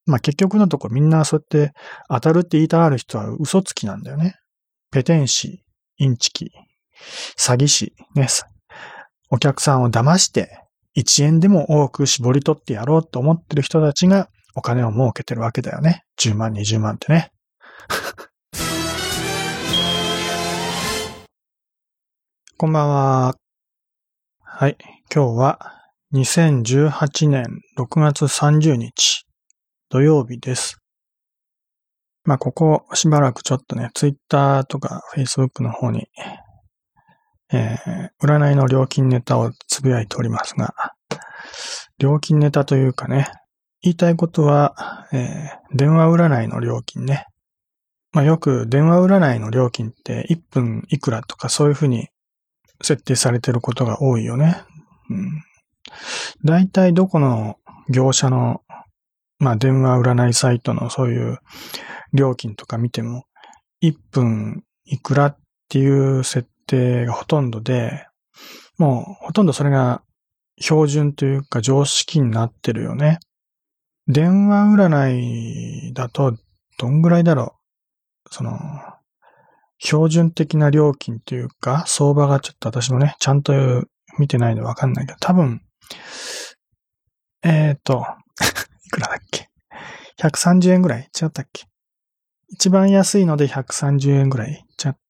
まあ結局のところみんなそうやって当たるって言いたがる人は嘘つきなんだよね。ペテン師、インチキ、詐欺師、ね。お客さんを騙して1円でも多く絞り取ってやろうと思ってる人たちがお金を儲けてるわけだよね。10万、20万ってね。こんばんは。はい。今日は2018年6月30日土曜日です。まあ、ここしばらくちょっとね、Twitter とか Facebook の方に、占いの料金ネタをつぶやいておりますが、料金ネタというかね、言いたいことは、電話占いの料金ね。まあ、よく電話占いの料金って1分いくらとかそういうふうに設定されてることが多いよね。だいたいどこの業者の、まあ、電話占いサイトのそういう料金とか見ても、1分いくらっていう設定がほとんどで、もうほとんどそれが標準というか常識になってるよね。電話占いだとどんぐらいだろう。標準的な料金というか、相場がちょっと私もね、ちゃんと見てないのでわかんないけど、多分、いくらだっけ ?130 円ぐらい違ったっけ？一番安いので130円ぐらい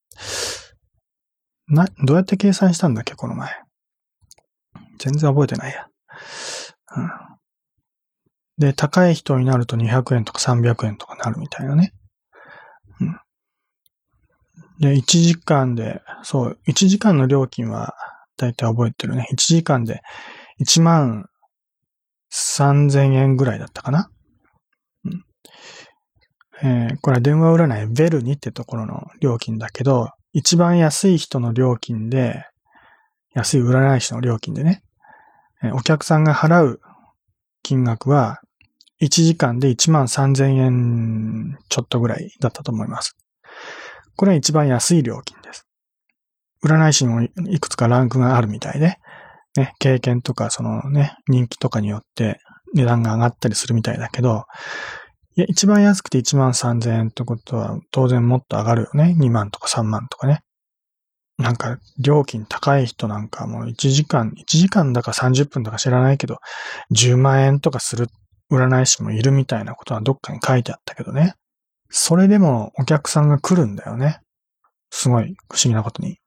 どうやって計算したんだっけこの前。全然覚えてないや。で、高い人になると200円とか300円とかなるみたいなね。で、1時間で、そう、1時間の料金はだいたい覚えてるね。1時間で1万3000円ぐらいだったかな。これは電話占いベルニってところの料金だけど、一番安い人の料金で、安い占い師の料金でね、お客さんが払う金額は1時間で1万3000円ちょっとぐらいだったと思います。これは一番安い料金です。占い師にもいくつかランクがあるみたいで、ね、経験とかそのね、人気とかによって値段が上がったりするみたいだけど、いや、一番安くて1万3000円ってことは当然もっと上がるよね。2万とか3万とかね。なんか料金高い人なんかもう1時間だか30分だか知らないけど、10万円とかする占い師もいるみたいなことはどっかに書いてあったけどね。それでもお客さんが来るんだよね。すごい不思議なことに。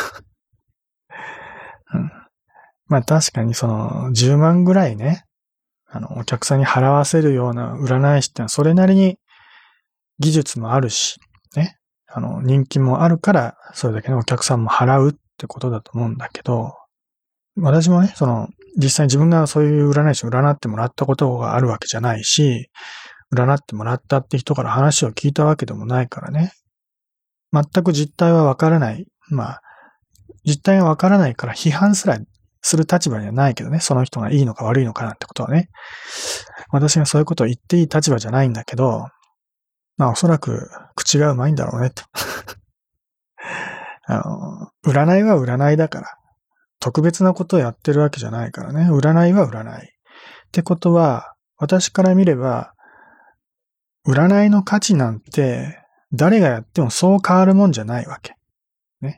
まあ確かにその10万ぐらいね、お客さんに払わせるような占い師ってのはそれなりに技術もあるし、ね。人気もあるから、それだけのお客さんも払うってことだと思うんだけど、私もね、実際自分がそういう占い師を占ってもらったことがあるわけじゃないし、占ってもらったって人から話を聞いたわけでもないからね。全く実態はわからない。まあ、実態がわからないから批判すらする立場にはないけどね、その人がいいのか悪いのかなんてことはね。私がそういうことを言っていい立場じゃないんだけど、まあおそらく口がうまいんだろうねと。占いは占いだから、特別なことをやってるわけじゃないからね。占いは占い。ってことは、私から見れば、占いの価値なんて、誰がやってもそう変わるもんじゃないわけ。ね。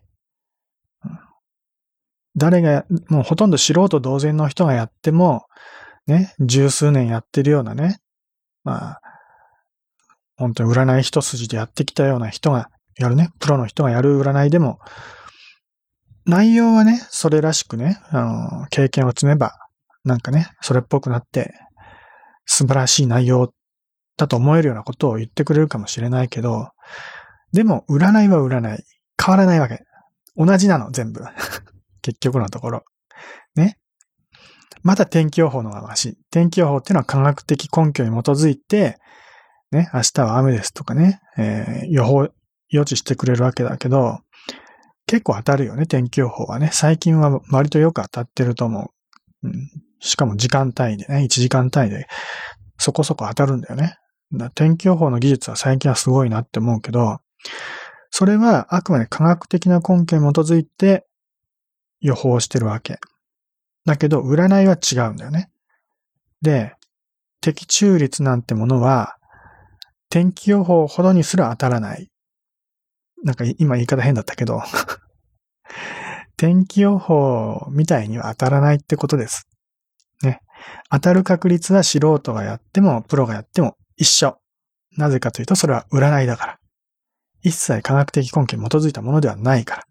もうほとんど素人同然の人がやっても、ね、十数年やってるようなね、まあ、本当に占い一筋でやってきたような人がやるね、プロの人がやる占いでも、内容はね、それらしくね、経験を積めば、なんかね、それっぽくなって、素晴らしい内容だと思えるようなことを言ってくれるかもしれないけど、でも、占いは占い。変わらないわけ。同じなの、全部。結局のところ。ね。まだ天気予報の方がマシ。天気予報っていうのは科学的根拠に基づいて、ね、明日は雨ですとかね、予知してくれるわけだけど、結構当たるよね、天気予報はね。最近は割とよく当たってると思う。しかも時間単位でね、1時間単位でそこそこ当たるんだよね。天気予報の技術は最近はすごいなって思うけど、それはあくまで科学的な根拠に基づいて予報してるわけ。だけど、占いは違うんだよね。で、 的中率なんてものは、天気予報ほどにすら当たらない。なんか今言い方変だったけど、天気予報みたいには当たらないってことです。ね。当たる確率は素人がやっても、プロがやっても一緒。なぜかというと、それは占いだから。一切科学的根拠に基づいたものではないから。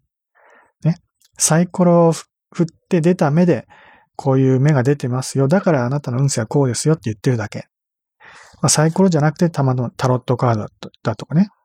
ね。サイコロを振って出た目で、こういう目が出てますよ。だからあなたの運勢はこうですよって言ってるだけ。まあ、サイコロじゃなくてたまのタロットカードだとかね。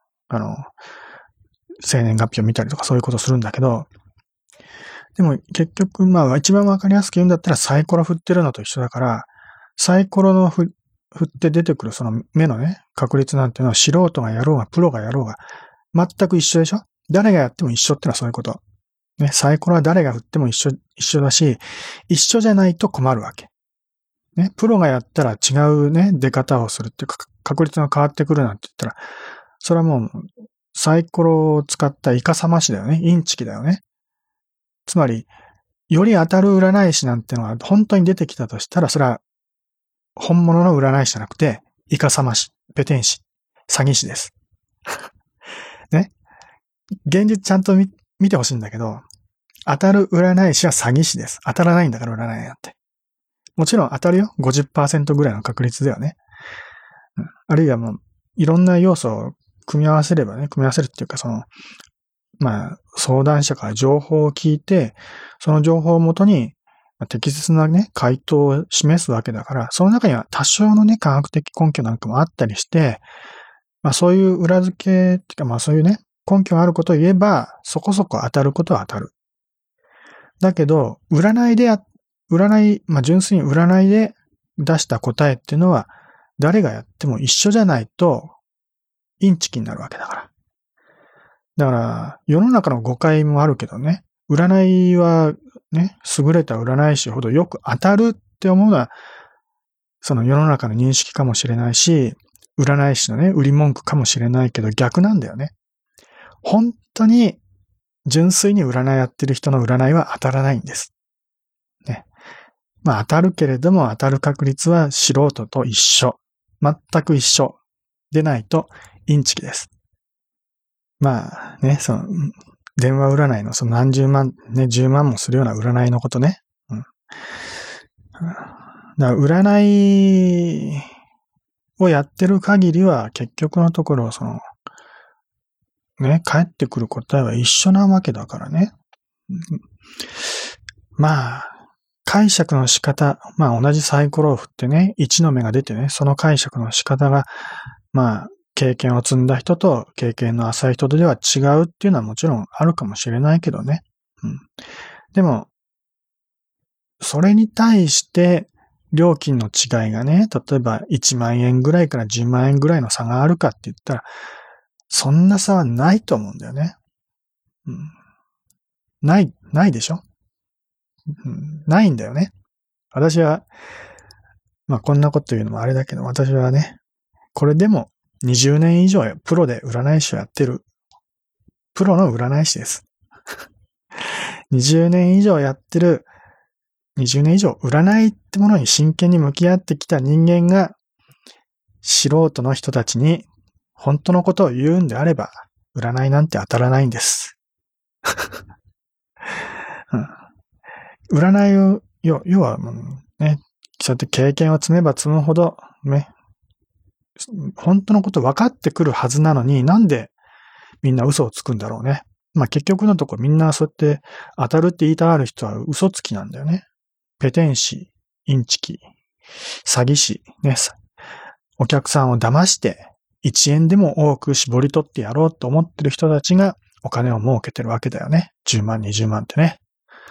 生年月日を見たりとかそういうことするんだけど、でも結局、まあ一番わかりやすく言うんだったらサイコロ振ってるのと一緒だから、サイコロの振って出てくるその目のね、確率なんていうのは素人がやろうがプロがやろうが全く一緒でしょ？誰がやっても一緒ってのはそういうこと。ね、サイコロは誰が振っても一緒だし、一緒じゃないと困るわけ。ね、プロがやったら違うね、出方をするっていうか、確率が変わってくるなんて言ったら、それはもうサイコロを使ったイカサマ師だよね。インチキだよね。つまり、より当たる占い師なんてのが本当に出てきたとしたら、それは本物の占い師じゃなくて、イカサマ師、ペテン師、詐欺師です。ね。現実ちゃんと見てほしいんだけど、当たる占い師は詐欺師です。当たらないんだから占いなんて。もちろん当たるよ。50% ぐらいの確率ではね。あるいはもう、いろんな要素を組み合わせればね、組み合わせるっていうか、まあ、相談者から情報を聞いて、その情報をもとに、適切なね、回答を示すわけだから、その中には多少のね、科学的根拠なんかもあったりして、まあそういう裏付けっていうか、まあそういうね、根拠があることを言えば、そこそこ当たることは当たる。だけど、まあ純粋に占いで出した答えっていうのは、誰がやっても一緒じゃないと、インチキになるわけだから。だから、世の中の誤解もあるけどね、占いはね、優れた占い師ほどよく当たるって思うのは、その世の中の認識かもしれないし、占い師のね、売り文句かもしれないけど逆なんだよね。本当に純粋に占いやってる人の占いは当たらないんです。ね。まあ当たるけれども当たる確率は素人と一緒。全く一緒。でないとインチキです。まあね、電話占いの何十万、ね、10万もするような占いのことね。うん。だから占いをやってる限りは結局のところ、ね、返ってくる答えは一緒なわけだからね。まあ、解釈の仕方、まあ同じサイコロを振ってね、1の目が出てね、その解釈の仕方が、まあ、経験を積んだ人と経験の浅い人とでは違うっていうのはもちろんあるかもしれないけどね。うん。でも、それに対して料金の違いがね、例えば1万円ぐらいから10万円ぐらいの差があるかって言ったら、そんな差はないと思うんだよね。うん、ないでしょ、うん、ないんだよね。私は、まあこんなこと言うのもあれだけど、私はね、これでも20年以上プロで占い師をやってる、プロの占い師です。20年以上やってる、20年以上占いってものに真剣に向き合ってきた人間が、素人の人たちに本当のことを言うんであれば、占いなんて当たらないんです。うん、占いを、要はね、そうやって経験を積めば積むほど、ね、本当のこと分かってくるはずなのに、なんでみんな嘘をつくんだろうね。まあ結局のところみんなそうやって当たるって言いたがる人は嘘つきなんだよね。ペテン師、インチキ、詐欺師、ね、お客さんを騙して1円でも多く絞り取ってやろうと思ってる人たちがお金を儲けてるわけだよね。10万、20万ってね。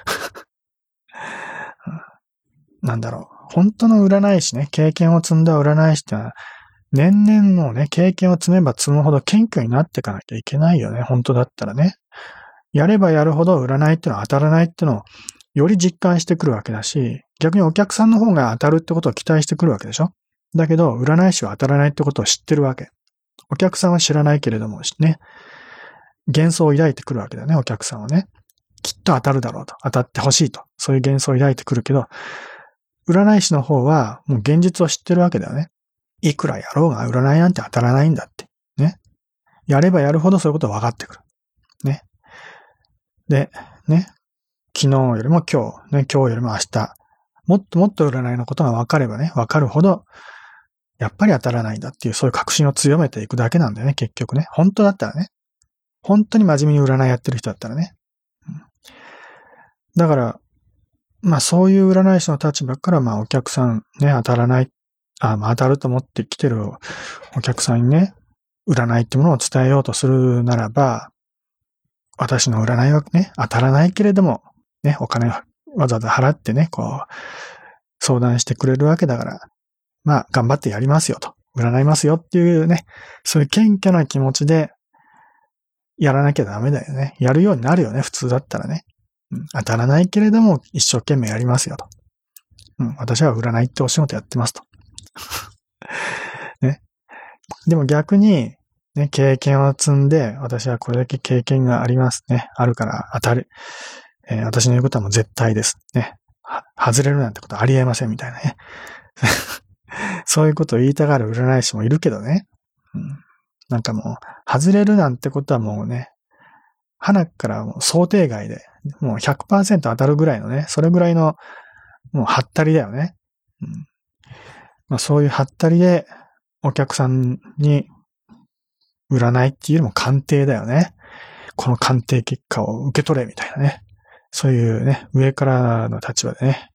なんだろう。本当の占い師ね、経験を積んだ占い師ってのは、年々もうね、経験を積めば積むほど謙虚になっていかなきゃいけないよね。本当だったらね。やればやるほど占いってのは当たらないってのをより実感してくるわけだし、逆にお客さんの方が当たるってことを期待してくるわけでしょ。だけど、占い師は当たらないってことを知ってるわけ。お客さんは知らないけれどもね、幻想を抱いてくるわけだよね、お客さんはね。きっと当たるだろうと。当たってほしいと。そういう幻想を抱いてくるけど、 占い師の方はもう現実を知ってるわけだよね。いくらやろうが占いなんて当たらないんだって。ね。やればやるほどそういうことが分かってくる。ね。で、ね。昨日よりも今日、ね。今日よりも明日。もっともっと占いのことが分かればね、分かるほど、やっぱり当たらないんだっていう、そういう確信を強めていくだけなんだよね、結局ね。本当だったらね。本当に真面目に占いやってる人だったらね。だから、まあそういう占い師の立場から、まあお客さんね、当たらない、まあ当たると思って来てるお客さんにね、占いってものを伝えようとするならば、私の占いはね、当たらないけれども、ね、お金をわざわざ払ってね、こう、相談してくれるわけだから、まあ頑張ってやりますよと、占いますよっていうね、そういう謙虚な気持ちでやらなきゃダメだよね。やるようになるよね、普通だったらね。当たらないけれども一生懸命やりますよと。私は占いってお仕事やってますと。ね。でも逆に、ね、経験を積んで、私はこれだけ経験がありますね。あるから当たる。私の言うことはもう絶対です。ね。外れるなんてことありえませんみたいなね。そういうことを言いたがる占い師もいるけどね。なんかもう、外れるなんてことはもうね、鼻からもう想定外で、もう 100% 当たるぐらいのね、それぐらいの、もうはったりだよね。まあ、そういうはったりで、お客さんに占いっていうよりも鑑定だよね。この鑑定結果を受け取れみたいなね。そういうね、上からの立場でね。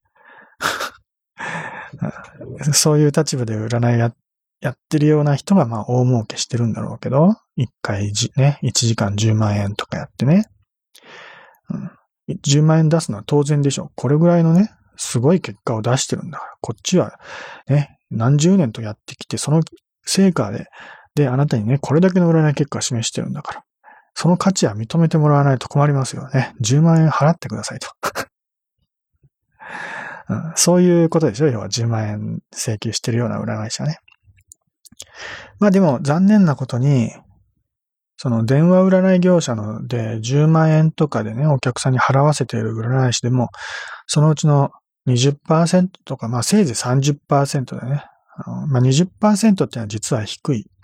そういう立場で占いやってるような人がまあ大儲けしてるんだろうけど、1回ね、1時間10万円とかやってね。10万円出すのは当然でしょ。これぐらいのね、すごい結果を出してるんだから。こっちはね、何十年とやってきて、その成果で、あなたにね、これだけの占い結果を示してるんだから。その価値は認めてもらわないと困りますよね。10万円払ってくださいと。そういうことでしょ。要は10万円請求してるような占い師はね。まあでも残念なことに、その電話占い業者ので10万円とかでね、お客さんに払わせている占い師でも、そのうちの20% とか、まあせいぜい 30% でね。まあ 20% っていうのは実は低い。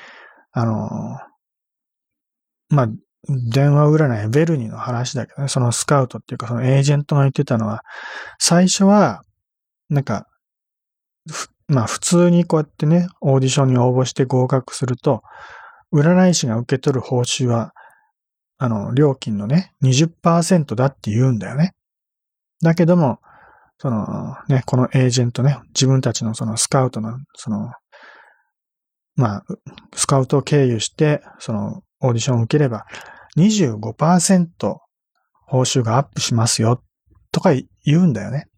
まあ、電話占い、ベルニの話だけどね、そのスカウトっていうかそのエージェントが言ってたのは、最初は、なんか、まあ普通にこうやってね、オーディションに応募して合格すると、占い師が受け取る報酬は、料金のね、20% だって言うんだよね。だけども、そのね、このエージェントね、自分たちのそのスカウトの、まあ、スカウトを経由して、そのオーディションを受ければ、25% 報酬がアップしますよ、とか言うんだよね。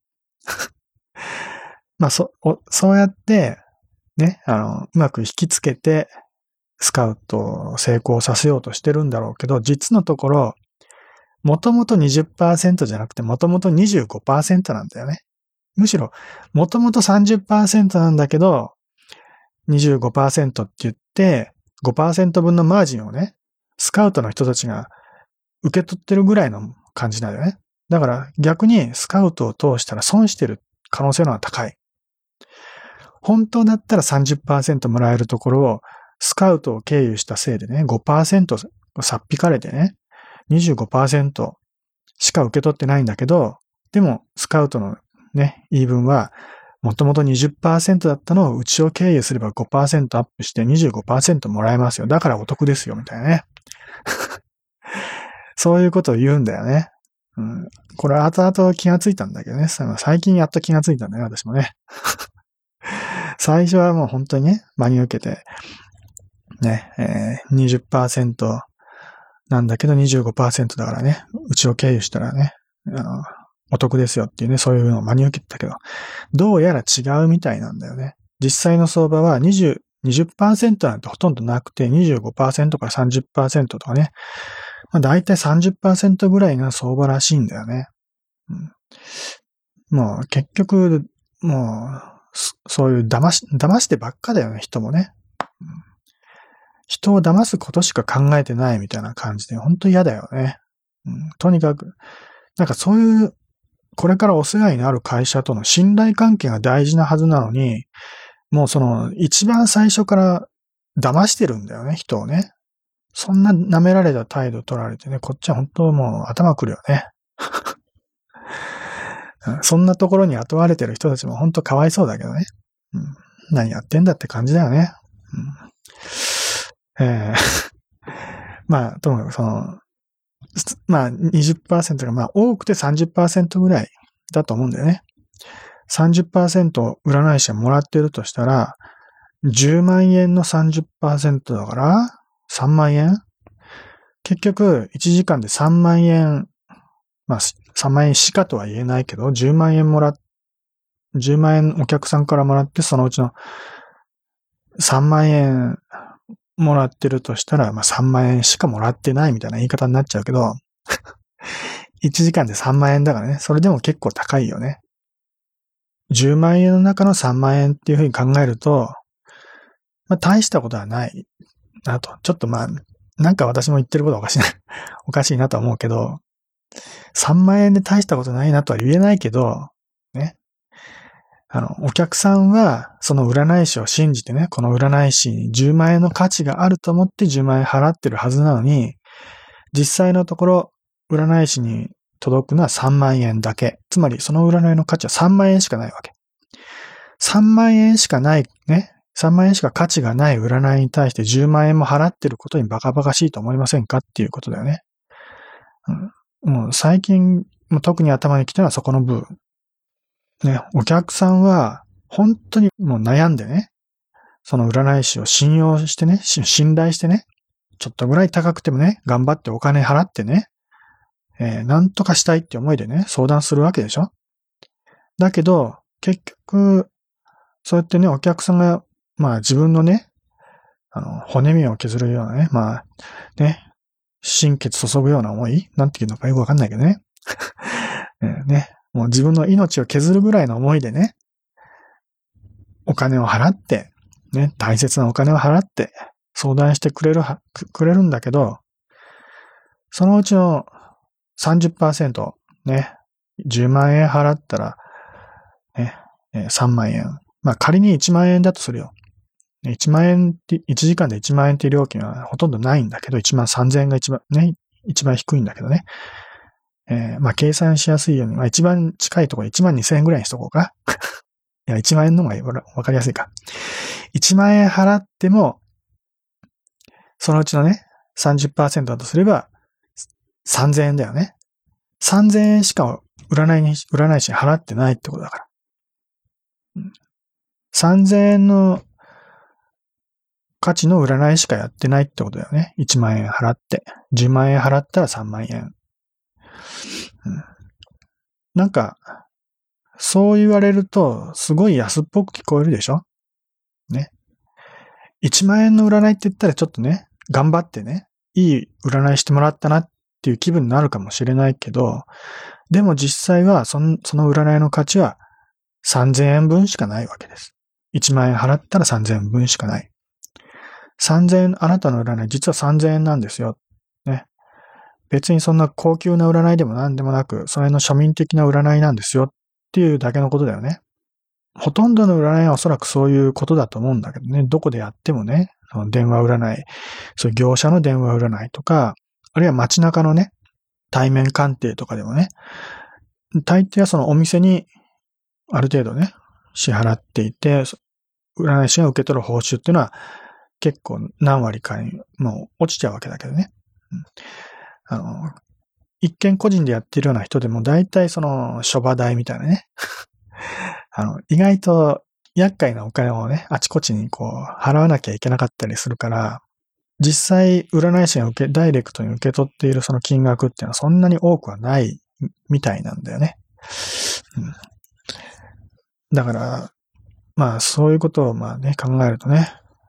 まあ、そうやって、ね、うまく引きつけて、スカウトを成功させようとしてるんだろうけど、実のところ、もともと 20% じゃなくて、もともと 25% なんだよね。むしろ、もともと 30% なんだけど、25% って言って、5% 分のマージンをね、スカウトの人たちが受け取ってるぐらいの感じなんだよね。だから逆にスカウトを通したら損してる可能性の方が高い。本当だったら 30% もらえるところをスカウトを経由したせいでね、5% さっぴかれてね、25% しか受け取ってないんだけど、でもスカウトのね、言い分はもともと 20% だったのをうちを経由すれば 5% アップして 25% もらえますよ。だからお得ですよ、みたいなね。そういうことを言うんだよね。これ後々気がついたんだけどね。最近やっと気がついたんだよね、私もね。最初はもう本当にね、真に受けて、ね、20% なんだけど 25% だからね、うちを経由したらね、お得ですよっていうね、そういうのを真に受けてたけど、どうやら違うみたいなんだよね。実際の相場は20% なんてほとんどなくて 25% から 30% とかね、まあ大体 30% ぐらいが相場らしいんだよね。もう結局、もう、そういう騙してばっかだよね、人もね。人を騙すことしか考えてないみたいな感じで、本当嫌だよね。とにかく、なんかそういうこれからお世話になる会社との信頼関係が大事なはずなのに、もうその一番最初から騙してるんだよね、人をね。そんな舐められた態度取られてね、こっちは本当もう頭くるよね。そんなところに雇われてる人たちも本当かわいそうだけどね。何やってんだって感じだよね。まあ、ともかくまあ 20% がまあ多くて 30% ぐらいだと思うんだよね。30% 占い師がもらってるとしたら、10万円の 30% だから、3万円結局、1時間で3万円、まあ、3万円しかとは言えないけど、10万円お客さんからもらって、そのうちの3万円もらってるとしたら、まあ3万円しかもらってないみたいな言い方になっちゃうけど、1時間で3万円だからね、それでも結構高いよね。10万円の中の3万円っていうふうに考えると、まあ大したことはないなと。ちょっとまあ、なんか私も言ってることはおかしいなと思うけど、3万円で大したことないなとは言えないけど、ね。お客さんは、その占い師を信じてね、この占い師に10万円の価値があると思って10万円払ってるはずなのに、実際のところ、占い師に届くのは3万円だけ。つまり、その占いの価値は3万円しかないわけ。3万円しかないね。3万円しか価値がない占いに対して10万円も払ってることにバカバカしいと思いませんかっていうことだよね。もう最近、特に頭に来たのはそこの部分。ね、お客さんは本当にもう悩んでね、その占い師を信用してね、信頼してね、ちょっとぐらい高くてもね、頑張ってお金払ってね、なんとかしたいって思いでね、相談するわけでしょ。だけど、結局、そうやってね、お客さんが、まあ自分のね、骨身を削るようなね、まあ、ね、心血注ぐような思いなんていうのかよくわかんないけどね。ね、もう自分の命を削るぐらいの思いでね、お金を払って、ね、大切なお金を払って相談してくれるんだけど、そのうちの 30%、ね、10万円払ったら、ね、3万円。まあ仮に1万円だとするよ。1万円って、1時間で1万円っていう料金はほとんどないんだけど、1万3000円が一番低いんだけどね。まあ計算しやすいように、まあ一番近いところ1万2000円ぐらいにしとこうか。いや、1万円の方がわかりやすいか。1万円払っても、そのうちのね、30% だとすれば、3000円だよね。3000円しか占い師に払ってないってことだから。3000円の価値の占いしかやってないってことだよね。1万円払って。10万円払ったら3万円。なんか、そう言われると、すごい安っぽく聞こえるでしょね。1万円の占いって言ったらちょっとね、頑張ってね、いい占いしてもらったなっていう気分になるかもしれないけど、でも実際はその占いの価値は3000円分しかないわけです。1万円払ったら3000円分しかない。3000円、あなたの占い実は3000円なんですよ。ね。別にそんな高級な占いでも何でもなく、それの庶民的な占いなんですよっていうだけのことだよね。ほとんどの占いはおそらくそういうことだと思うんだけどね。どこでやってもね、その電話占い、そういう業者の電話占いとか、あるいは街中のね、対面鑑定とかでもね、大抵はそのお店にある程度ね、支払っていて、占い師が受け取る報酬っていうのは結構何割かにもう落ちちゃうわけだけどね。一見個人でやってるような人でも大体その諸場代みたいなね。意外と厄介なお金をね、あちこちにこう払わなきゃいけなかったりするから、実際占い師がダイレクトに受け取っているその金額っていうのはそんなに多くはないみたいなんだよね。だから、まあそういうことをまあね、考えるとね、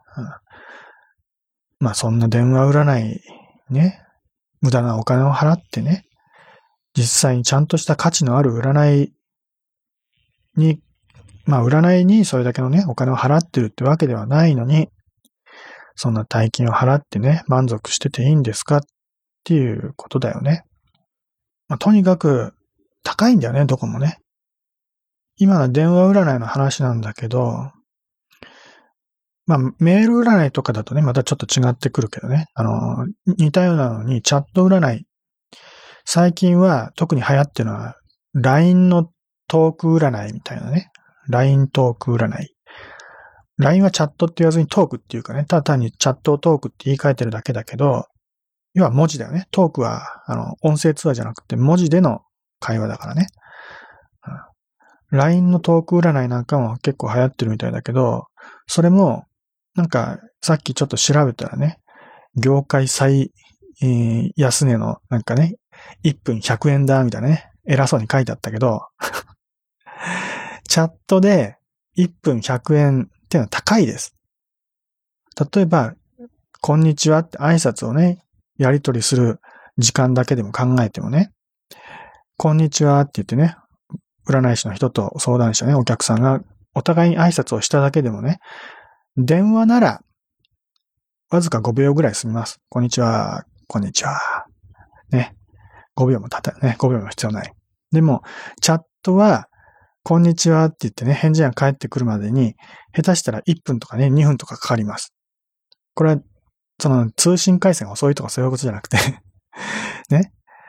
まあそんな電話占いね、無駄なお金を払ってね、実際にちゃんとした価値のある占いに、まあ占いにそれだけのね、お金を払ってるってわけではないのに、そんな大金を払ってね、満足してていいんですかっていうことだよね。まあ、とにかく、 高いんだよね、どこもね。今の電話占いの話なんだけど、まあ、メール占いとかだとね、またちょっと違ってくるけどね。似たようなのに、チャット占い。最近は特に流行ってるのは、LINE のトーク占いみたいなね。LINE トーク占い。LINE はチャットって言わずにトークっていうかね、ただ単にチャットをトークって言い換えてるだけだけど、要は文字だよね。トークは、音声通話じゃなくて文字での会話だからね。LINE のトーク占いなんかも結構流行ってるみたいだけど、それも、なんか、さっきちょっと調べたらね、業界最、安値の、なんかね、1分100円だ、みたいなね、偉そうに書いてあったけど、チャットで1分100円っていうのは高いです。例えば、こんにちはって挨拶をね、やり取りする時間だけでも考えてもね、こんにちはって言ってね、占い師の人と相談者ね、お客さんがお互いに挨拶をしただけでもね、電話ならわずか5秒ぐらい済みます。こんにちは、こんにちは。ね。5秒も5秒も必要ない。でも、チャットは、こんにちはって言ってね、返事が返ってくるまでに、下手したら1分とかね、2分とかかかります。これは、その通信回線が遅いとかそういうことじゃなくてね。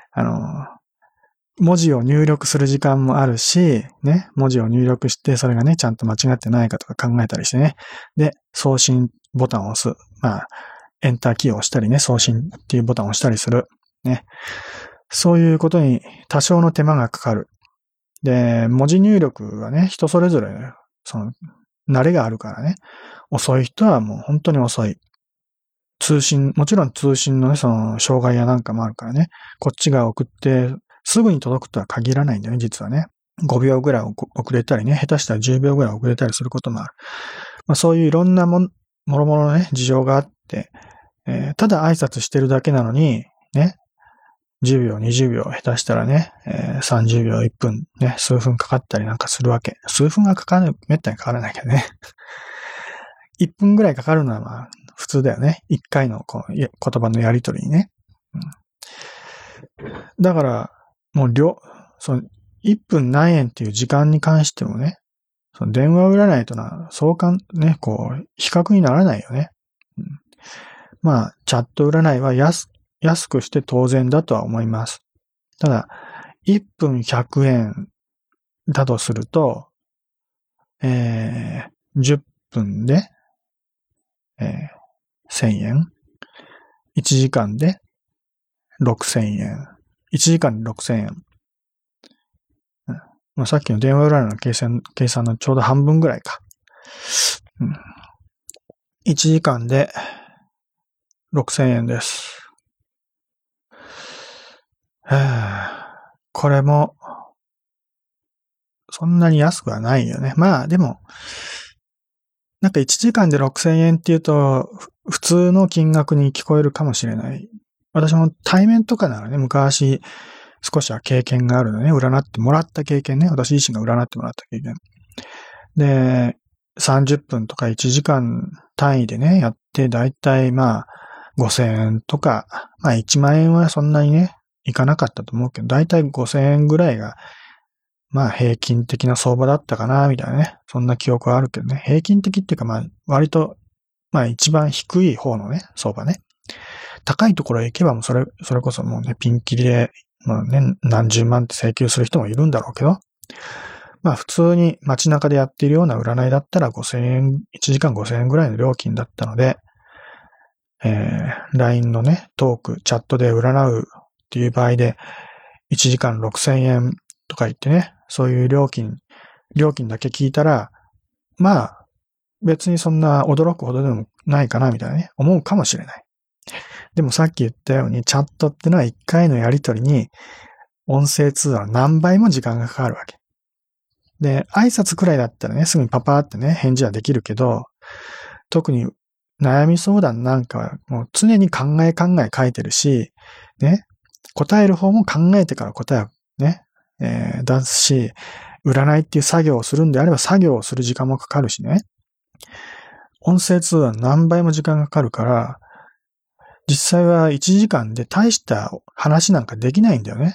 文字を入力する時間もあるし、ね、文字を入力して、それがね、ちゃんと間違ってないかとか考えたりしてね。で、送信ボタンを押す。まあ、エンターキーを押したりね、送信っていうボタンを押したりする。ね。そういうことに多少の手間がかかる。で、文字入力はね、人それぞれ、慣れがあるからね。遅い人はもう本当に遅い。もちろん通信のね、障害やなんかもあるからね。こっちが送って、すぐに届くとは限らないんだよね、実はね。5秒ぐらい遅れたりね、下手したら10秒ぐらい遅れたりすることもある。まあ、そういういろんなもろもろのね、事情があって、ただ挨拶してるだけなのに、ね、10秒、20秒、下手したらね、30秒、1分、ね、数分かかったりなんかするわけ。数分がかかる、めったにかからないけどね。1分ぐらいかかるのはまあ、普通だよね。1回の言葉のやりとりにね。だから、もう1分何円っていう時間に関してもね、その電話占いとな、ね、比較にならないよね。まあ、チャット占いは安くして当然だとは思います。ただ、1分100円だとすると、10分で、1000円 ?1 時間で6000円。1時間で6000円。まあ、さっきの電話占いの計算のちょうど半分ぐらいか。1時間で6000円です。これも、そんなに安くはないよね。まあでも、なんか1時間で6000円って言うと、普通の金額に聞こえるかもしれない。私も対面とかならね、昔少しは経験があるのね。占ってもらった経験ね。私自身が占ってもらった経験。で、30分とか1時間単位でね、やって、だいたいまあ、5000円とか、まあ1万円はそんなにね、いかなかったと思うけど、だいたい5000円ぐらいが、まあ平均的な相場だったかな、みたいなね。そんな記憶はあるけどね。平均的っていうかまあ、割と、まあ一番低い方のね、相場ね。高いところへ行けばもうそれこそもうね、ピンキリで、まあね、何十万って請求する人もいるんだろうけど、まあ普通に街中でやっているような占いだったら5000円、1時間5000円ぐらいの料金だったので、LINE のね、トーク、チャットで占うっていう場合で、1時間6000円とか言ってね、そういう料金だけ聞いたら、まあ、別にそんな驚くほどでもないかな、みたいなね、思うかもしれない。でもさっき言ったように、チャットってのは1回のやりとりに、音声通話の何倍も時間がかかるわけ。で、挨拶くらいだったらね、すぐにパパーってね、返事はできるけど、特に悩み相談なんかはもう常に考え書いてるし、ね、答える方も考えてから答えをね、出すし、占いっていう作業をするんであれば作業をする時間もかかるしね。音声通話何倍も時間がかかるから、実際は1時間で大した話なんかできないんだよね。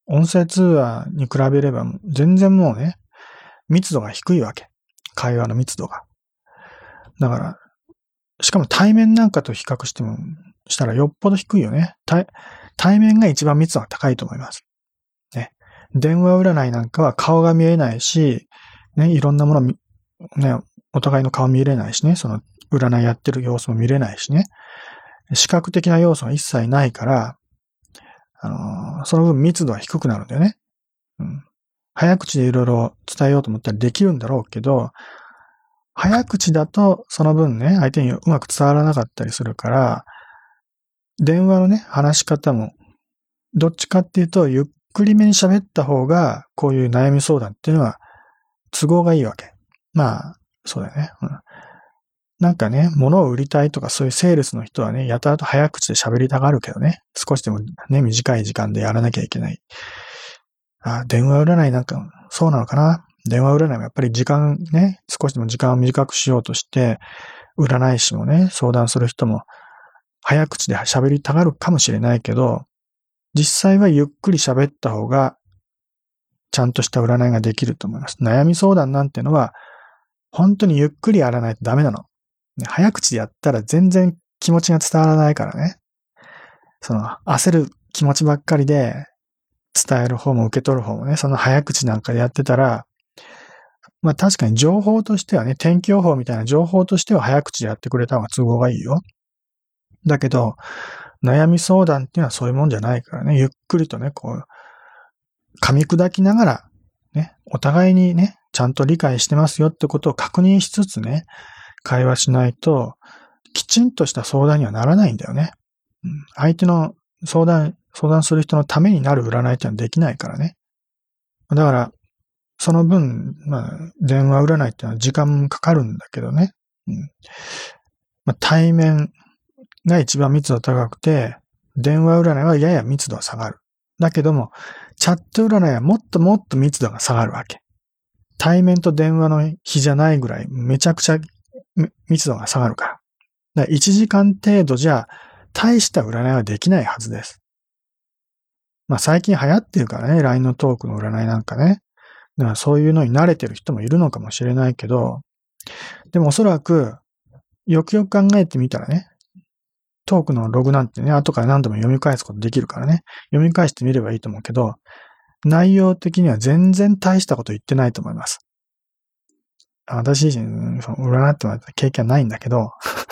音声通話に比べれば全然もうね、密度が低いわけ。会話の密度が。だから、しかも対面なんかと比較したらよっぽど低いよね。対面が一番密度が高いと思います。ね。電話占いなんかは顔が見えないし、ね、いろんなものね、お互いの顔見れないしね、その占いやってる様子も見れないしね。視覚的な要素が一切ないから、その分密度は低くなるんだよね。うん。早口でいろいろ伝えようと思ったらできるんだろうけど、早口だとその分ね、相手にうまく伝わらなかったりするから、電話のね、話し方も、どっちかっていうと、ゆっくりめに喋った方が、こういう悩み相談っていうのは、都合がいいわけ。まあ、そうだよね。うん。なんかね、物を売りたいとかそういうセールスの人はね、やたらと早口で喋りたがるけどね、少しでもね、短い時間でやらなきゃいけない。電話占いなんか、そうなのかな。電話占いもやっぱり時間ね、少しでも時間を短くしようとして、占い師もね、相談する人も、早口で喋りたがるかもしれないけど、実際はゆっくり喋った方が、ちゃんとした占いができると思います。悩み相談なんてのは、本当にゆっくりやらないとダメなの。早口でやったら全然気持ちが伝わらないからね。その、焦る気持ちばっかりで、伝える方も受け取る方もね、その早口なんかでやってたら、まあ確かに情報としてはね、天気予報みたいな情報としては早口でやってくれた方が都合がいいよ。だけど、悩み相談っていうのはそういうもんじゃないからね、ゆっくりとね、こう、噛み砕きながら、ね、お互いにね、ちゃんと理解してますよってことを確認しつつね、会話しないと、きちんとした相談にはならないんだよね。相手の相談する人のためになる占いってのはできないからね。だから、その分、まあ、電話占いってのは時間かかるんだけどね。まあ、対面が一番密度高くて、電話占いはやや密度が下がる。だけども、チャット占いはもっともっと密度が下がるわけ。対面と電話の比じゃないぐらい、めちゃくちゃ密度が下がるから。だから1時間程度じゃ、大した占いはできないはずです。まあ最近流行ってるからね、LINE のトークの占いなんかね。だからそういうのに慣れてる人もいるのかもしれないけど、でもおそらく、よくよく考えてみたらね、トークのログなんてね、後から何度も読み返すことできるからね、読み返してみればいいと思うけど、内容的には全然大したこと言ってないと思います。私自身、占ってもらった経験はないんだけど、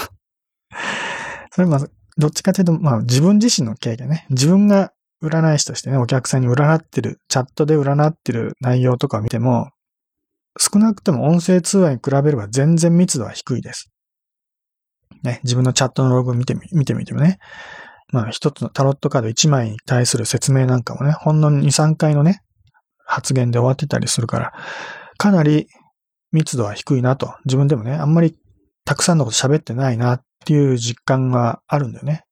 それはどっちかというと、まあ自分自身の経験ね、自分が占い師としてね、お客さんに占ってる、チャットで占ってる内容とかを見ても、少なくとも音声通話に比べれば全然密度は低いです。ね、自分のチャットのログ見てみてもね、まあ一つのタロットカード1枚に対する説明なんかもね、ほんの2、3回のね、発言で終わってたりするから、かなり密度は低いなと、自分でもね、あんまりたくさんのこと喋ってないなっていう実感があるんだよね。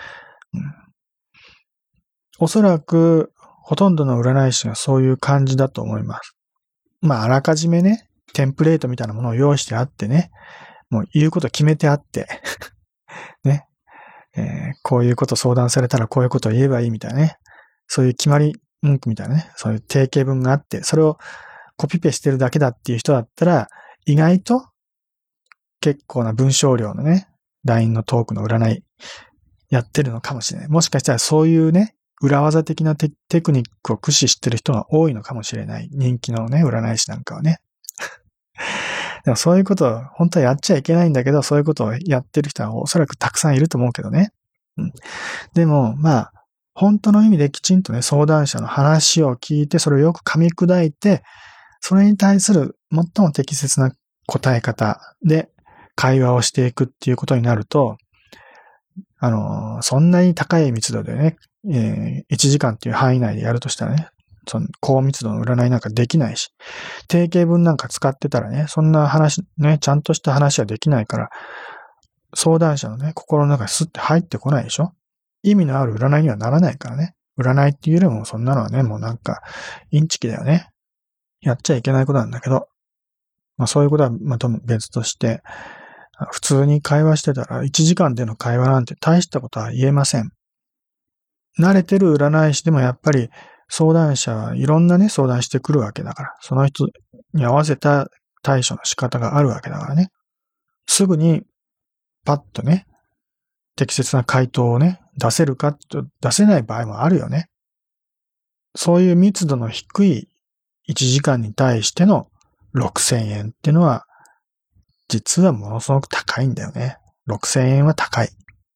おそらく、ほとんどの占い師がそういう感じだと思います。まあ、あらかじめね、テンプレートみたいなものを用意してあってね、もう言うこと決めてあって、ね、こういうこと相談されたらこういうことを言えばいいみたいなね、そういう決まり文句みたいなね、そういう定型文があって、それをコピペしてるだけだっていう人だったら、意外と結構な文章量のね、LINE のトークの占いやってるのかもしれない。もしかしたらそういうね、裏技的なテクニックを駆使してる人が多いのかもしれない。人気のね、占い師なんかはね。でもそういうことを本当はやっちゃいけないんだけど、そういうことをやってる人はおそらくたくさんいると思うけどね。でも、まあ、本当の意味できちんとね、相談者の話を聞いて、それをよく噛み砕いて、それに対する最も適切な答え方で会話をしていくっていうことになると、そんなに高い密度でね、1時間っていう範囲内でやるとしたらね、その高密度の占いなんかできないし、定型文なんか使ってたらね、そんな話、ね、ちゃんとした話はできないから、相談者のね、心の中にスッて入ってこないでしょ？意味のある占いにはならないからね。占いっていうよりもそんなのはね、もうなんか、インチキだよね。やっちゃいけないことなんだけど、まあそういうことはまた別として、普通に会話してたら1時間での会話なんて大したことは言えません。慣れてる占い師でもやっぱり相談者はいろんなね、相談してくるわけだから、その人に合わせた対処の仕方があるわけだからね。すぐにパッとね、適切な回答をね、出せるかと出せない場合もあるよね。そういう密度の低い1時間に対しての6000円っていうのは、実はものすごく高いんだよね。6000円は高い。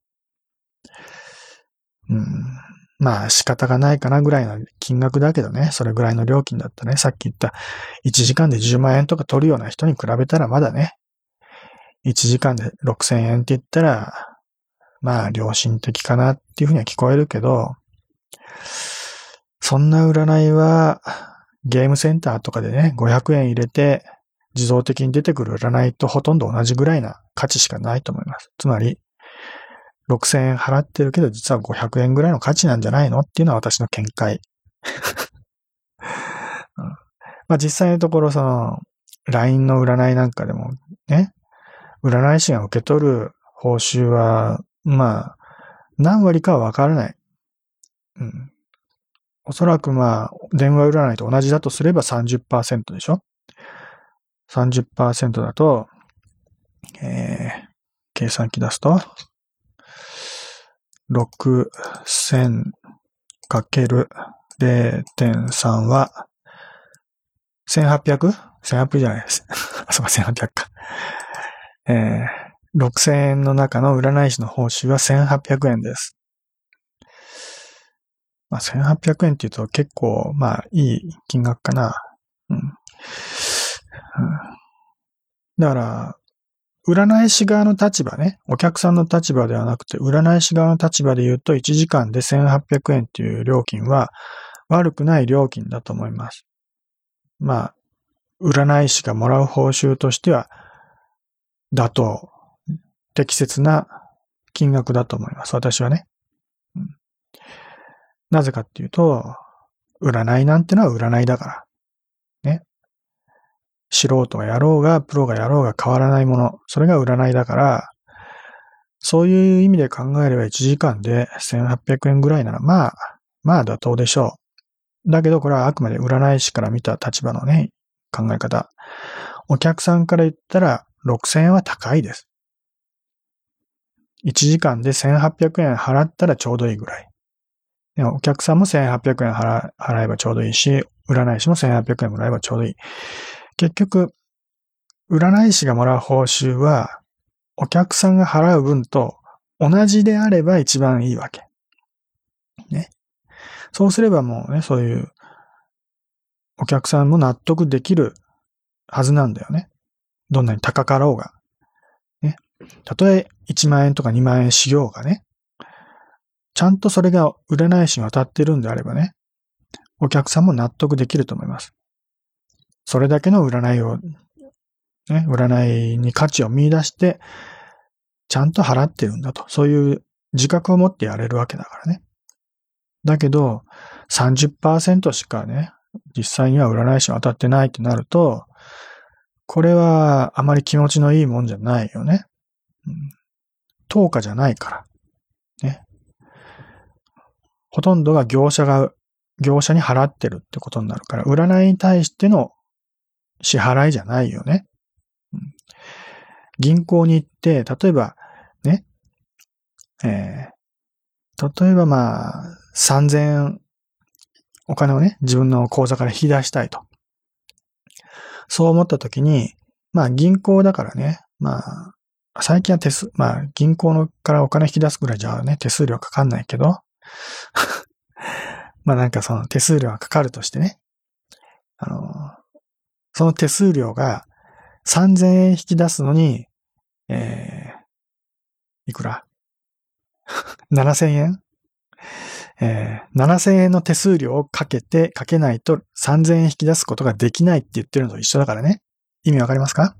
まあ仕方がないかなぐらいの金額だけどね、それぐらいの料金だったね。さっき言った1時間で10万円とか取るような人に比べたらまだね、1時間で6000円って言ったら、まあ良心的かなっていうふうには聞こえるけど、そんな占いはゲームセンターとかでね、500円入れて自動的に出てくる占いとほとんど同じぐらいな価値しかないと思います。つまり、6000円払ってるけど実は500円ぐらいの価値なんじゃないのっていうのは私の見解。まあ実際のところLINE の占いなんかでもね、占い師が受け取る報酬は、まあ、何割かはわからない。おそらく電話占いと同じだとすれば 30% でしょ ?30% だと、計算機出すと、6000 ×0.3 は、1800 じゃないです。あ、そうか、1800か。6000円の中の占い師の報酬は1800円です。1800円って言うと結構、いい金額かな。だから、占い師側の立場ね、お客さんの立場ではなくて、占い師側の立場で言うと、1時間で1800円っていう料金は悪くない料金だと思います。占い師がもらう報酬としては、妥当、適切な金額だと思います。私はね。なぜかっていうと、占いなんてのは占いだから。ね。素人がやろうが、プロがやろうが変わらないもの。それが占いだから、そういう意味で考えれば1時間で1800円ぐらいなら、まあ妥当でしょう。だけどこれはあくまで占い師から見た立場のね、考え方。お客さんから言ったら6000円は高いです。1時間で1800円払ったらちょうどいいぐらい。お客さんも1800円払えばちょうどいいし、占い師も1800円もらえばちょうどいい。結局、占い師がもらう報酬は、お客さんが払う分と同じであれば一番いいわけ。ね。そうすればもうね、そういうお客さんも納得できるはずなんだよね。どんなに高かろうが。ね。たとえ1万円とか2万円しようがね。ちゃんとそれが占い師に渡ってるんであればね、お客さんも納得できると思います。それだけの占いを、ね、占いに価値を見出して、ちゃんと払ってるんだと。そういう自覚を持ってやれるわけだからね。だけど、30% しかね、実際には占い師に渡ってないってなると、これはあまり気持ちのいいもんじゃないよね。等価じゃないから。ね。ほとんどが業者に払ってるってことになるから、占いに対しての支払いじゃないよね。銀行に行って、例えば、ね、3000円お金をね、自分の口座から引き出したいと。そう思った時に、銀行だからね、最近は銀行からお金引き出すぐらいじゃね、手数料かかんないけど、その手数料がかかるとしてね、その手数料が3000円引き出すのに、いくら ?7000 円7000円の手数料をかけないと3000円引き出すことができないって言ってるのと一緒だからね。意味わかりますか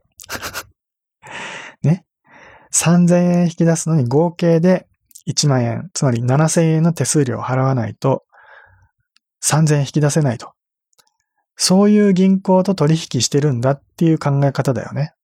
ね。3000円引き出すのに合計で1万円、つまり7000円の手数料を払わないと3000円引き出せないと。そういう銀行と取引してるんだっていう考え方だよね。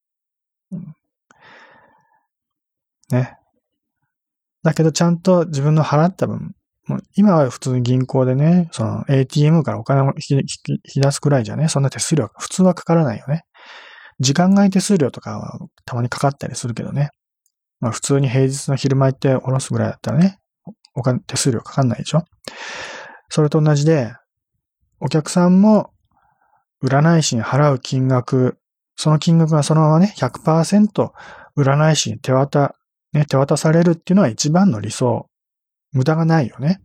ね。だけどちゃんと自分の払った分もう今は普通に銀行でね、その ATM からお金を引き出すくらいじゃね、そんな手数料普通はかからないよね。時間外手数料とかはたまにかかったりするけどね。まあ普通に平日の昼間行って下ろすぐらいだったらね、手数料かかんないでしょ。それと同じで、お客さんも占い師に払う金額、その金額がそのままね、100% 占い師に手渡されるっていうのは一番の理想。無駄がないよね。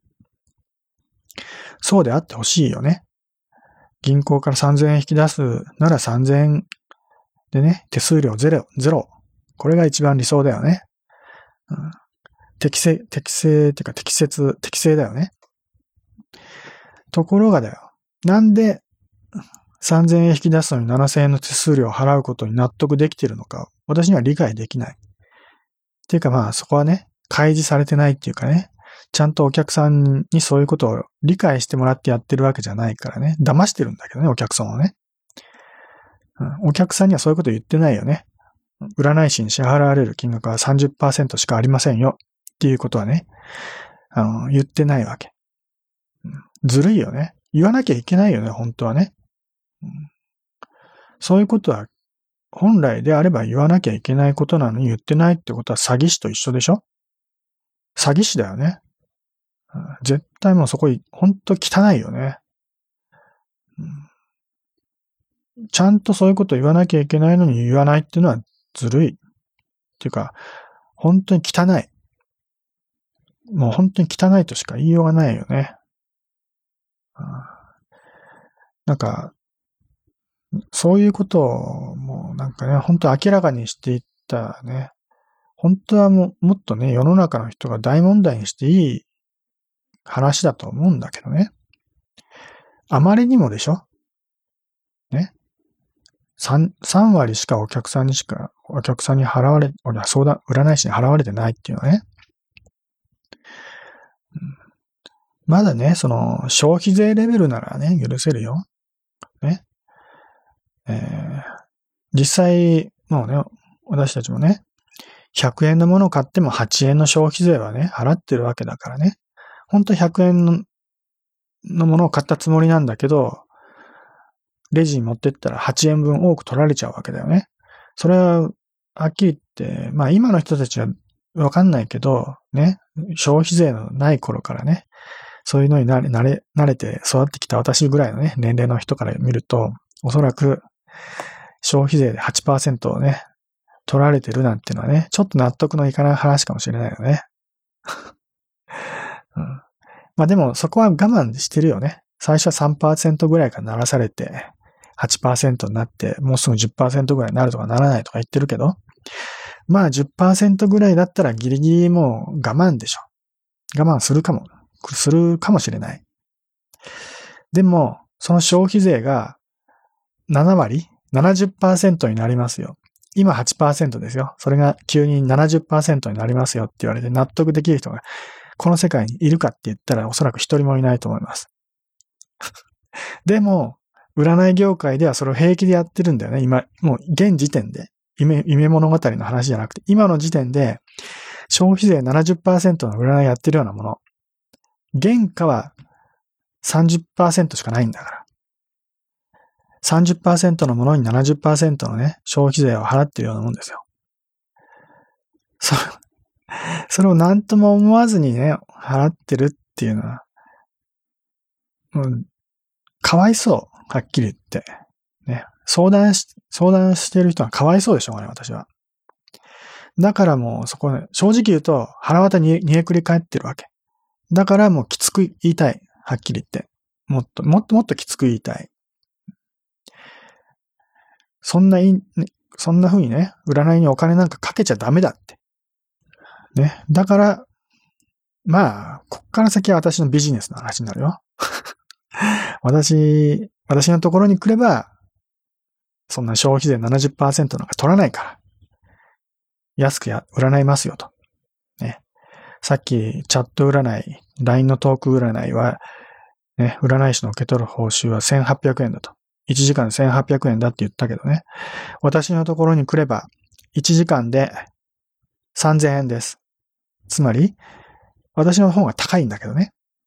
そうであってほしいよね。銀行から3000円引き出すなら3000円でね、手数料ゼロ。これが一番理想だよね。うん、適正だよね。ところがだよ。なんで3000円引き出すのに7000円の手数料を払うことに納得できているのか、私には理解できない。っていうかまあそこはね、開示されてないっていうかね、ちゃんとお客さんにそういうことを理解してもらってやってるわけじゃないからね。騙してるんだけどね、お客さんをね。お客さんにはそういうこと言ってないよね。占い師に支払われる金額は 30% しかありませんよ。っていうことはね、言ってないわけ。ずるいよね。言わなきゃいけないよね、本当はね。そういうことは本来であれば言わなきゃいけないことなのに言ってないってことは詐欺師と一緒でしょ？詐欺師だよね。絶対もうそこ、ほんと汚いよね。ちゃんとそういうこと言わなきゃいけないのに言わないっていうのはずるい。っていうか、本当に汚い。もう本当に汚いとしか言いようがないよね。なんか、そういうことをもうなんかね、本当明らかにしていったね。本当はもっとね、世の中の人が大問題にしていい話だと思うんだけどね。あまりにもでしょ？ね。3割しかお客さんに払われ、占い師に払われてないっていうのはね。まだね、その消費税レベルならね、許せるよ。ね。実際、もうね、私たちもね、100円のものを買っても8円の消費税はね、払ってるわけだからね。ほんと100円のものを買ったつもりなんだけど、レジに持ってったら8円分多く取られちゃうわけだよね。それは、はっきり言って、まあ今の人たちはわかんないけど、ね、消費税のない頃からね、そういうのに慣れて育ってきた私ぐらいのね、年齢の人から見ると、おそらく消費税で 8% をね、取られてるなんていうのはね、ちょっと納得のいかない話かもしれないよね。まあでもそこは我慢してるよね。最初は 3% ぐらいから鳴らされて、8% になって、もうすぐ 10% ぐらいになるとかならないとか言ってるけど、まあ 10% ぐらいだったらギリギリもう我慢でしょ。我慢するかもしれない。でも、その消費税が7割 ?70% になりますよ。今 8% ですよ。それが急に 70% になりますよって言われて納得できる人がこの世界にいるかって言ったらおそらく一人もいないと思います。でも、占い業界ではそれを平気でやってるんだよね。今、もう現時点で。夢物語の話じゃなくて、今の時点で消費税 70% の占いやってるようなもの。原価は 30% しかないんだから。30% のものに 70% のね、消費税を払ってるようなもんですよ。それを何とも思わずにね、払ってるっていうのは、もうかわいそう。はっきり言って。ね。相談してる人はかわいそうでしょうがない、私は。だからもうそこね、正直言うと腹渡に煮えくり返ってるわけ。だからもうきつく言いたい。はっきり言って。もっときつく言いたい。そんな風にね、占いにお金なんかかけちゃダメだって。ね。だから、まあ、こっから先は私のビジネスの話になるよ。私のところに来れば、そんな消費税 70% なんか取らないから。安く占いますよと。ね。さっきチャット占い、LINE のトーク占いは、ね、占い師の受け取る報酬は1800円だと。1時間1800円だって言ったけどね。私のところに来れば、1時間で3000円です。つまり、私の方が高いんだけどね。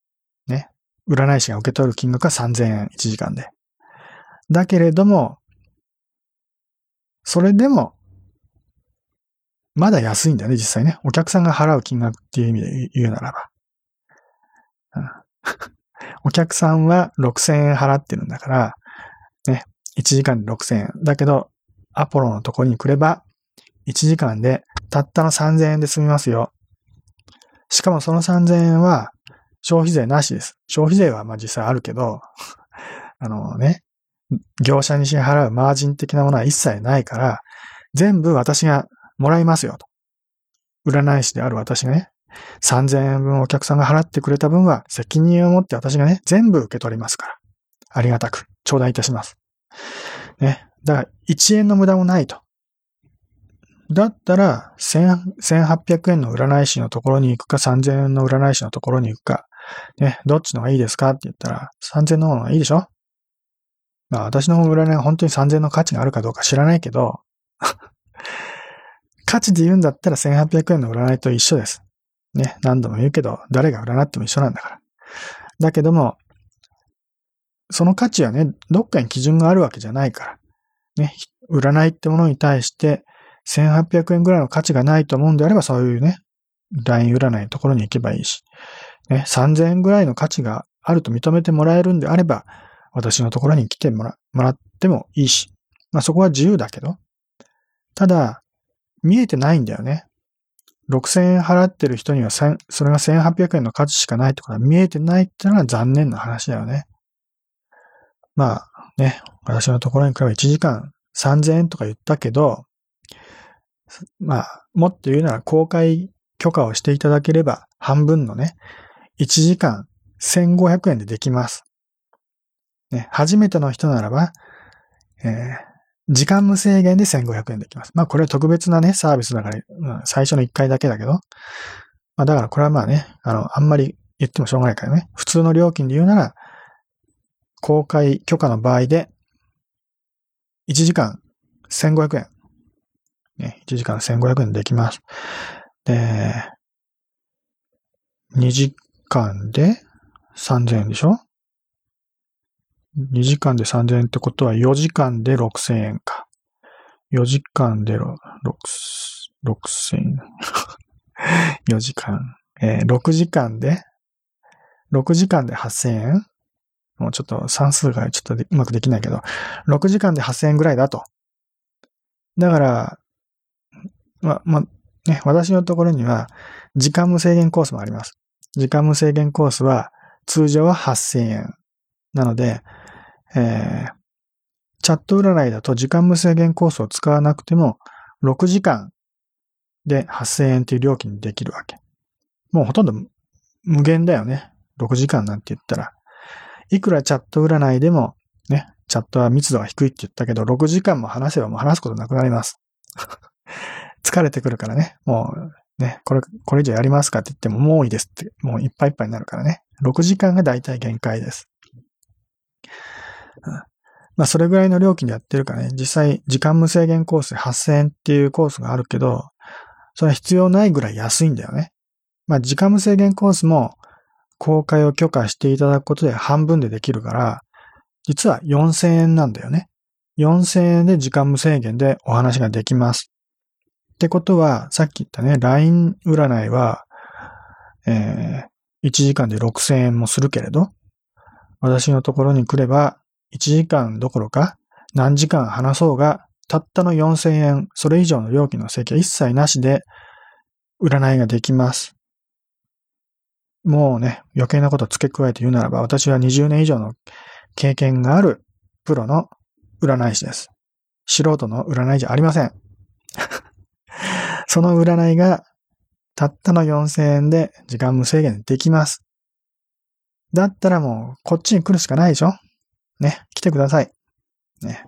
ね、占い師が受け取る金額は3000円、1時間で。だけれども、それでも、まだ安いんだよね、実際ね。お客さんが払う金額っていう意味で言うならば。お客さんは6000円払ってるんだから、ね、1時間で6000円。だけど、アポロのところに来れば、1時間でたったの3000円で済みますよ。しかもその3000円は消費税なしです。消費税はまあ実際あるけど、業者に支払うマージン的なものは一切ないから、全部私がもらいますよと。占い師である私がね、3000円分お客さんが払ってくれた分は責任を持って私がね、全部受け取りますから。ありがたく頂戴いたします。ね。だから1円の無駄もないと。だったら、1800円の占い師のところに行くか、3000円の占い師のところに行くか、ね、どっちの方がいいですかって言ったら、3000円の方がいいでしょ？まあ私の占いが本当に3000円の価値があるかどうか知らないけど、価値で言うんだったら1800円の占いと一緒です。ね、何度も言うけど、誰が占っても一緒なんだから。だけども、その価値はね、どっかに基準があるわけじゃないから。ね、占いってものに対して、1800円ぐらいの価値がないと思うんであれば、そういうね、LINE 占いのところに行けばいいし、ね、3000円ぐらいの価値があると認めてもらえるんであれば、私のところに来てもらってもいいし、まあそこは自由だけど、ただ、見えてないんだよね。6000円払ってる人にはそれが1800円の価値しかないってことは見えてないってのは残念な話だよね。まあね、私のところに来れば1時間3000円とか言ったけど、まあ、もっと言うなら公開許可をしていただければ半分のね、1時間1500円でできます。ね、初めての人ならば、時間無制限で1500円できます。まあこれは特別なね、サービスだから、最初の1回だけだけど、まあだからこれはまあね、あんまり言ってもしょうがないからね、普通の料金で言うなら、公開許可の場合で、1時間1500円。ね、1時間1500円できます。で、2時間で3000円でしょ？ 2 時間で3000円ってことは4時間で6000円か。4時間で6000円。4時間。6時間で8000円？もうちょっと算数がちょっとうまくできないけど、6時間で8000円ぐらいだと。だから、ね、私のところには時間無制限コースもあります。時間無制限コースは通常は8000円。なので、チャット占いだと時間無制限コースを使わなくても6時間で8000円っていう料金にできるわけ。もうほとんど無限だよね。6時間なんて言ったら。いくらチャット占いでもね、チャットは密度が低いって言ったけど、6時間も話せばもう話すことなくなります。疲れてくるからね。もうね、これ以上やりますかって言ってももういいですって、もういっぱいいっぱいになるからね。6時間がだいたい限界です。まあそれぐらいの料金でやってるからね、実際時間無制限コースで8000円っていうコースがあるけど、それは必要ないぐらい安いんだよね。まあ時間無制限コースも公開を許可していただくことで半分でできるから、実は4000円なんだよね。4000円で時間無制限でお話ができます。ってことは、さっき言ったね、LINE 占いは、1時間で6000円もするけれど、私のところに来れば、1時間どころか何時間話そうが、たったの4000円、それ以上の料金の請求は一切なしで、占いができます。もうね、余計なこと付け加えて言うならば、私は20年以上の経験があるプロの占い師です。素人の占いじゃありません。その占いがたったの4000円で時間無制限でできます。だったらもうこっちに来るしかないでしょ？ね、来てください。ね。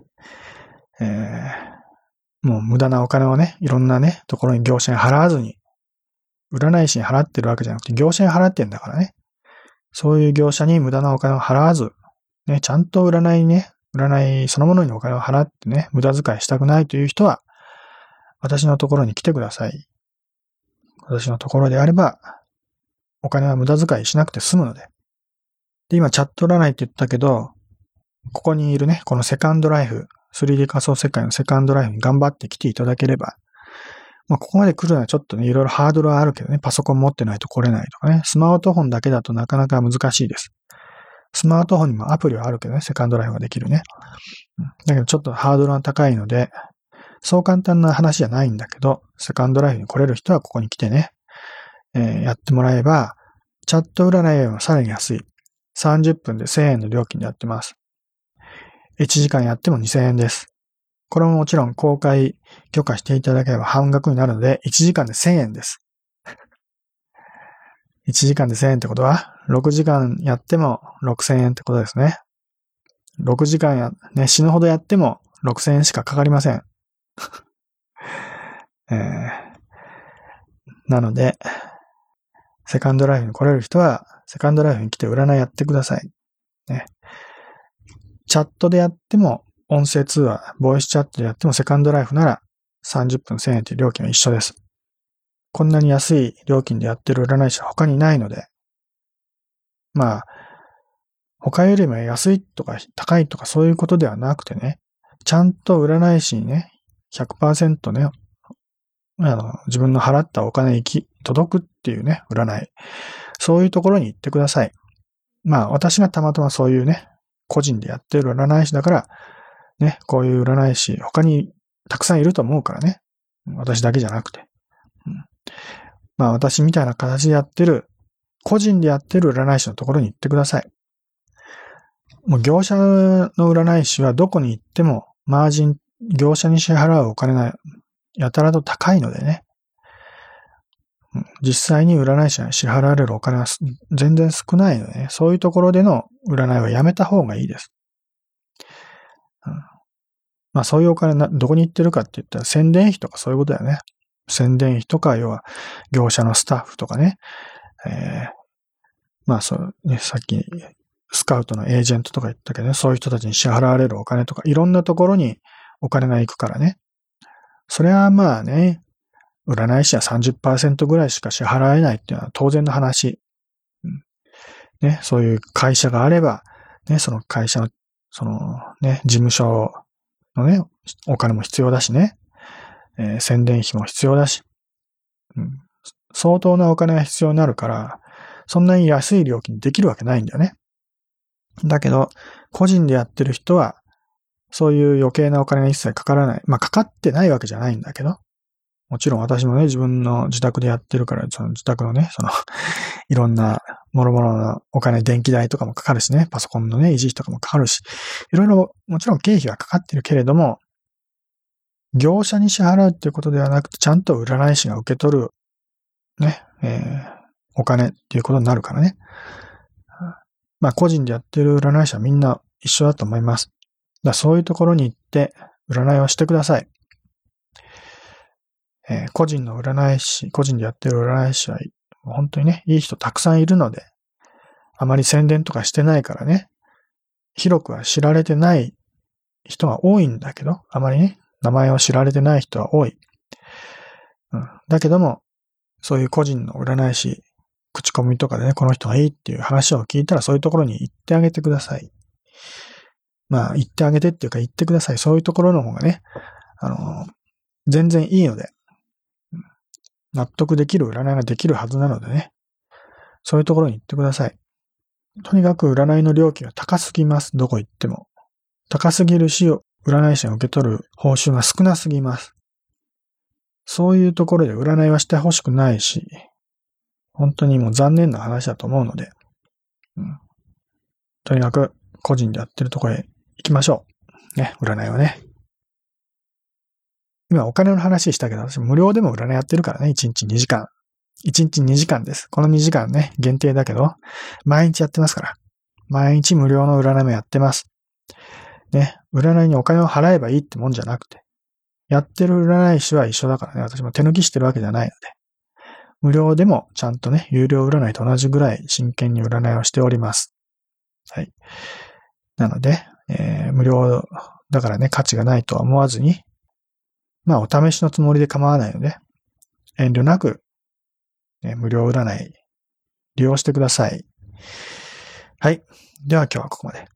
もう無駄なお金をね、いろんなね、ところに業者に払わずに、占い師に払ってるわけじゃなくて業者に払ってんだからね。そういう業者に無駄なお金を払わず、ね、ちゃんと占いそのものにお金を払ってね、無駄遣いしたくないという人は、私のところに来てください。私のところであれば、お金は無駄遣いしなくて済むので、 で、今チャット占いって言ったけど、ここにいるね、このセカンドライフ、3D 仮想世界のセカンドライフに頑張って来ていただければ、ここまで来るのはちょっとね、いろいろハードルはあるけどね、パソコン持ってないと来れないとかね、スマートフォンだけだとなかなか難しいです。スマートフォンにもアプリはあるけどね、セカンドライフができるね。だけどちょっとハードルが高いので、そう簡単な話じゃないんだけど、セカンドライフに来れる人はここに来てね、やってもらえば、チャット占いよりもさらに安い。30分で1000円の料金でやってます。1時間やっても2000円です。これももちろん公開許可していただければ半額になるので、1時間で1000円です。1時間で1000円ってことは、6時間やっても6000円ってことですね。6時間死ぬほどやっても6000円しかかかりません。なので、セカンドライフに来れる人は、セカンドライフに来て占いやってください。ね。チャットでやっても、音声通話、ボイスチャットでやっても、セカンドライフなら30分1000円という料金は一緒です。こんなに安い料金でやってる占い師は他にいないので、他よりも安いとか高いとかそういうことではなくてね、ちゃんと占い師にね、100% ね、自分の払ったお金届くっていうね、占い。そういうところに行ってください。私がたまたまそういうね、個人でやってる占い師だから、ね、こういう占い師、他にたくさんいると思うからね。私だけじゃなくて。私みたいな形でやってる、個人でやってる占い師のところに行ってください。もう業者の占い師はどこに行っても、マージン、業者に支払うお金がやたらと高いのでね。実際に占い師が支払われるお金は全然少ないのでね。そういうところでの占いはやめた方がいいです。そういうお金どこに行ってるかって言ったら宣伝費とかそういうことだよね。宣伝費とか、要は業者のスタッフとかね。そうね、さっきスカウトのエージェントとか言ったけどね、そういう人たちに支払われるお金とか、いろんなところにお金が行くからね。それは占い師は 30% ぐらいしか支払えないっていうのは当然の話。ね、そういう会社があれば、ね、その会社の、事務所のね、お金も必要だしね、宣伝費も必要だし、相当なお金が必要になるから、そんなに安い料金できるわけないんだよね。だけど、個人でやってる人は、そういう余計なお金が一切かからない。かかってないわけじゃないんだけど、もちろん私もね、自分の自宅でやってるから、その自宅のね、いろんな諸々のお金、電気代とかもかかるしね、パソコンのね、維持費とかもかかるし、いろいろもちろん経費はかかってるけれども、業者に支払うっていうことではなくて、ちゃんと占い師が受け取る、ね、お金っていうことになるからね。個人でやってる占い師はみんな一緒だと思います。そういうところに行って占いをしてください。個人の占い師、個人でやってる占い師は本当にね、いい人たくさんいるので、あまり宣伝とかしてないからね、広くは知られてない人が多いんだけど、あまりね、名前を知られてない人は多い。だけども、そういう個人の占い師、口コミとかでね、この人がいいっていう話を聞いたら、そういうところに行ってあげてください。行ってあげてっていうか行ってください。そういうところの方がね、全然いいので、納得できる占いができるはずなのでね、そういうところに行ってください。とにかく占いの料金が高すぎます。どこ行っても。高すぎるし、占い師が受け取る報酬が少なすぎます。そういうところで占いはしてほしくないし、本当にもう残念な話だと思うので、とにかく個人でやってるところへ行きましょう。ね、占いはね。今お金の話したけど、私無料でも占いやってるからね、1日2時間。1日2時間です。この2時間ね、限定だけど、毎日やってますから。毎日無料の占いもやってます。ね、占いにお金を払えばいいってもんじゃなくて、やってる占い師は一緒だからね、私も手抜きしてるわけじゃないので、無料でもちゃんとね、有料占いと同じぐらい真剣に占いをしております。はい。なので、無料だからね、価値がないとは思わずに、お試しのつもりで構わないので、遠慮なく、無料占い利用してください。 はい。では今日はここまで。